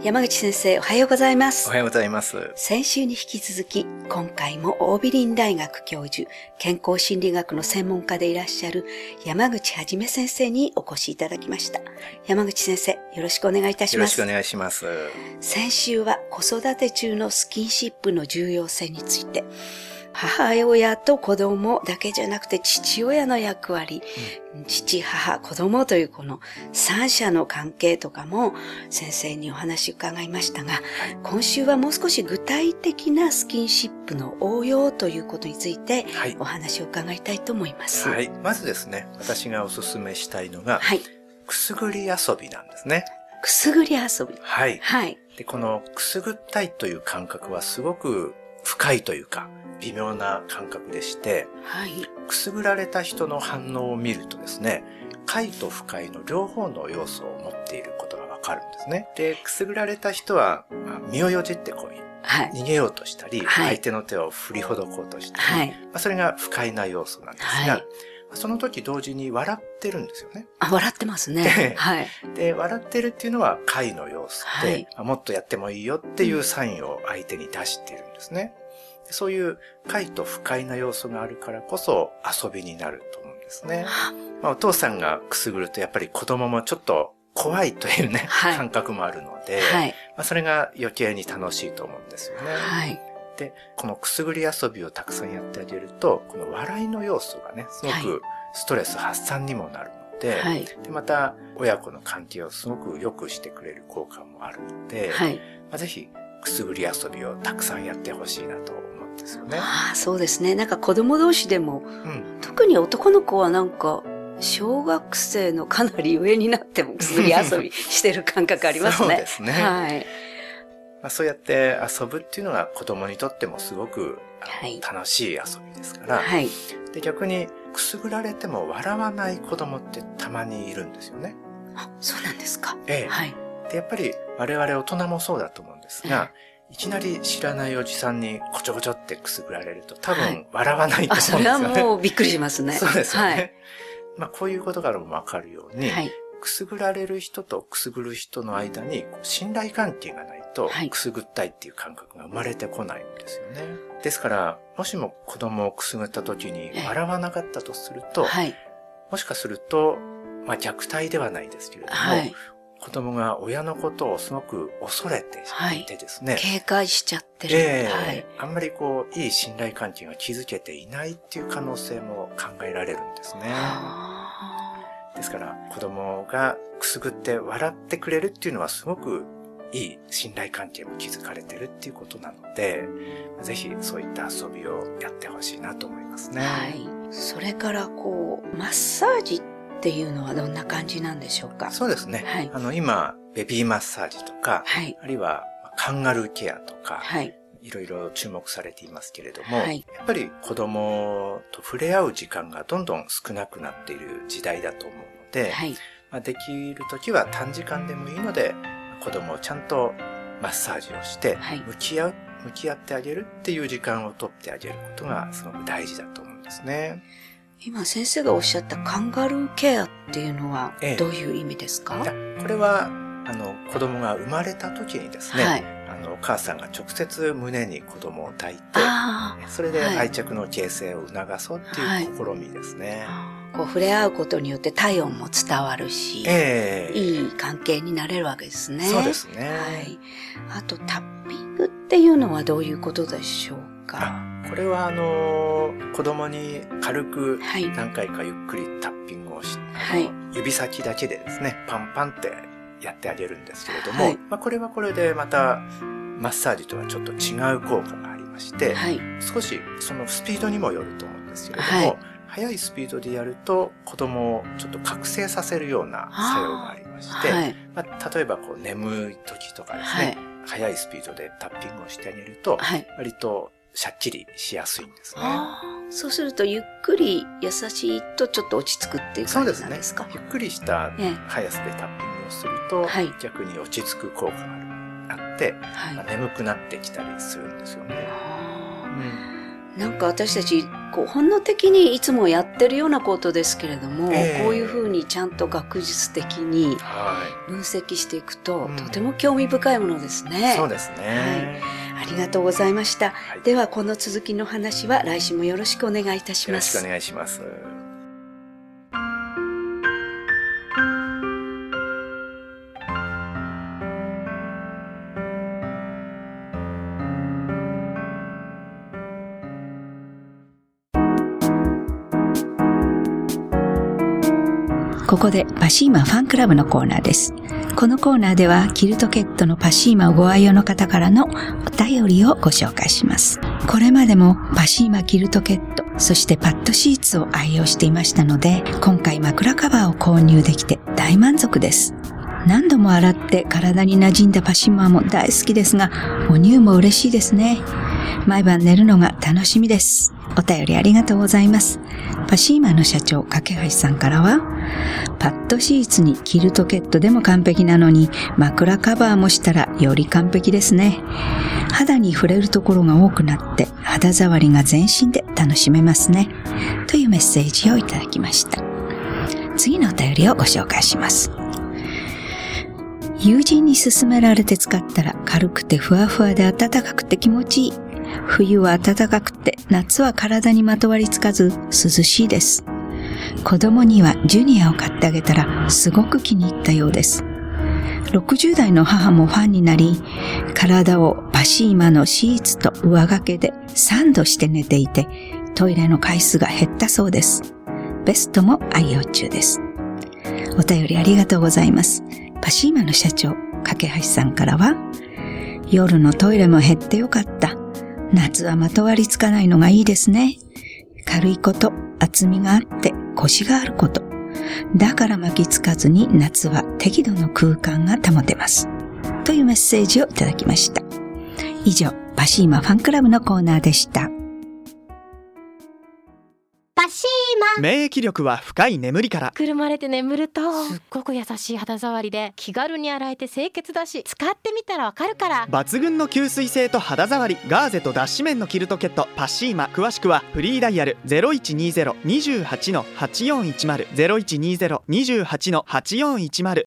山口先生、おはようございます。 おはようございます。 先週に引き続き、今回も桜美林大学教授、健康心理学の専門家でいらっしゃる山口はじめ先生にお越しいただきました。山口先生、よろしくお願いいたします。 よろしくお願いします。 先週は子育て中のスキンシップの重要性について、母親と子供だけじゃなくて父親の役割、父、母、子供というこの三者の関係とかも先生にお話伺いましたが、今週はもう少し具体的なスキンシップの応用ということについてお話を伺いたいと思います。 はい。まずですね、私がお勧めしたいのが、くすぐり遊びなんですね。 くすぐり遊び。 はい。で、このくすぐったいという感覚はすごく深いというか、微妙な感覚でして、くすぐられた人の反応を見るとですね、快と不快の両方の要素を持っていることがわかるんですね。で、くすぐられた人は、身をよじって逃げようとしたり、相手の手を振りほどこうとしたり、それが不快な要素なんですが、その時同時に笑ってるんですよね。 笑ってますね。 で、笑ってるっていうのは快の要素で、もっとやってもいいよっていうサインを相手に出しているんですね。そういう快と不快な要素があるからこそ遊びになると思うんですね。お父さんがくすぐるとやっぱり子供もちょっと怖いというね、感覚もあるので、それが余計に楽しいと思うんですよね。で、このくすぐり遊びをたくさんやってあげると、この笑いの要素がね、すごくストレス発散にもなるので、でまた親子の関係をすごく良くしてくれる効果もあるので、ぜひくすぐり遊びをたくさんやってほしいなと思うんですよね。 そうですね。なんか子供同士でも、特に男の子はなんか、小学生のかなり上になってもくすぐり遊びしてる感覚ありますね。 そうですね。そうやって遊ぶっていうのが子供にとってもすごく楽しい遊びですから、で逆にくすぐられても笑わない子供ってたまにいるんですよね。 そうなんですか。 でやっぱり我々大人もそうだと思うんですが、いきなり知らないおじさんにこちょこちょってくすぐられると多分笑わないと思うんですよね。 それはもうびっくりしますね。 そうですよね。こういうことからもわかるように、くすぐられる人とくすぐる人の間に信頼関係がないと、くすぐったいっていう感覚が生まれてこないんですよね。ですから、もしも子供をくすぐった時に笑わなかったとすると、もしかすると、虐待ではないですけれども、子供が親のことをすごく恐れていてですね。 警戒しちゃってる。 あんまりいい信頼関係が築けていないっていう可能性も考えられるんですね。ですから、子供がくすぐって笑ってくれるっていうのはすごくいい信頼関係も築かれてるっていうことなので、ぜひそういった遊びをやってほしいなと思いますね。 それからマッサージっていうのはどんな感じなんでしょうか？ そうですね。今、ベビーマッサージとか、あるいはカンガルーケアとか、いろいろ注目されていますけれども、やっぱり子供と触れ合う時間がどんどん少なくなっている時代だと思うので、できるときは短時間でもいいので、子供をちゃんとマッサージをして、向き合ってあげるっていう時間をとってあげることがすごく大事だと思うんですね。 今先生がおっしゃったカンガルーケアっていうのはどういう意味ですか？ これは子供が生まれた時にですね、お母さんが直接胸に子供を抱いて、それで愛着の形成を促そうっていう試みですね。 触れ合うことによって体温も伝わるし、いい関係になれるわけですね。 そうですね。 あとタッピングっていうのはどういうことでしょうか？ これは子供に軽く何回かゆっくりタッピングをして、指先だけでですね、パンパンってやってあげるんですけれども、これはこれでまたマッサージとはちょっと違う効果がありまして、少しそのスピードにもよると思うんですけれども、速いスピードでやると子供をちょっと覚醒させるような作用がありまして、例えば眠い時とかですね、速いスピードでタッピングをしてあげると、割としゃっきりしやすいんですね。 そうするとゆっくり優しいとちょっと落ち着くっていう感じなんですか？ そうですね。ゆっくりした速さでタッピングをすると、逆に落ち着く効果があって、眠くなってきたりするんですよね。 なんか私たち本能的にいつもやってるようなことですけれども、こういうふうにちゃんと学術的に分析していくと、とても興味深いものですね。 そうですね。 ありがとうございました。ではこの続きの話は来週もよろしくお願いいたします。 よろしくお願いします。 ここでパシーマファンクラブのコーナーです。このコーナーではキルトケットのパシーマをご愛用の方からのお便りをご紹介します。これまでもパシーマキルトケット、そしてパッドシーツを愛用していましたので、今回枕カバーを購入できて大満足です。何度も洗って体に馴染んだパシーマも大好きですが、お乳も嬉しいですね。毎晩寝るのが楽しみです。お便りありがとうございます。パシーマの社長、架橋さんからは、パッドシーツにキルトケットでも完璧なのに、枕カバーもしたらより完璧ですね。肌に触れるところが多くなって、肌触りが全身で楽しめますね。というメッセージをいただきました。次のお便りをご紹介します。友人に勧められて使ったら軽くてふわふわで暖かくて気持ちいい。冬は暖かくて夏は体にまとわりつかず涼しいです。子供にはジュニアを買ってあげたらすごく気に入ったようです。60代の母もファンになり、体をパシーマのシーツと上掛けでサンドして寝ていて、トイレの回数が減ったそうです。ベストも愛用中です。お便りありがとうございます。パシーマの社長、架橋さんからは、夜のトイレも減ってよかった。夏はまとわりつかないのがいいですね。軽いこと、厚みがあってコシがあること。だから巻きつかずに夏は適度の空間が保てます。というメッセージをいただきました。以上、パシーマファンクラブのコーナーでした。 パシーマ。 免疫力は深い眠りから。 くるまれて眠るとすっごく優しい肌触りで気軽に洗えて清潔だし、使ってみたらわかるから。 抜群の吸水性と肌触り、ガーゼと脱脂綿のキルトケットパシーマ。詳しくはフリーダイヤル 0120-28-8410 0120-28-8410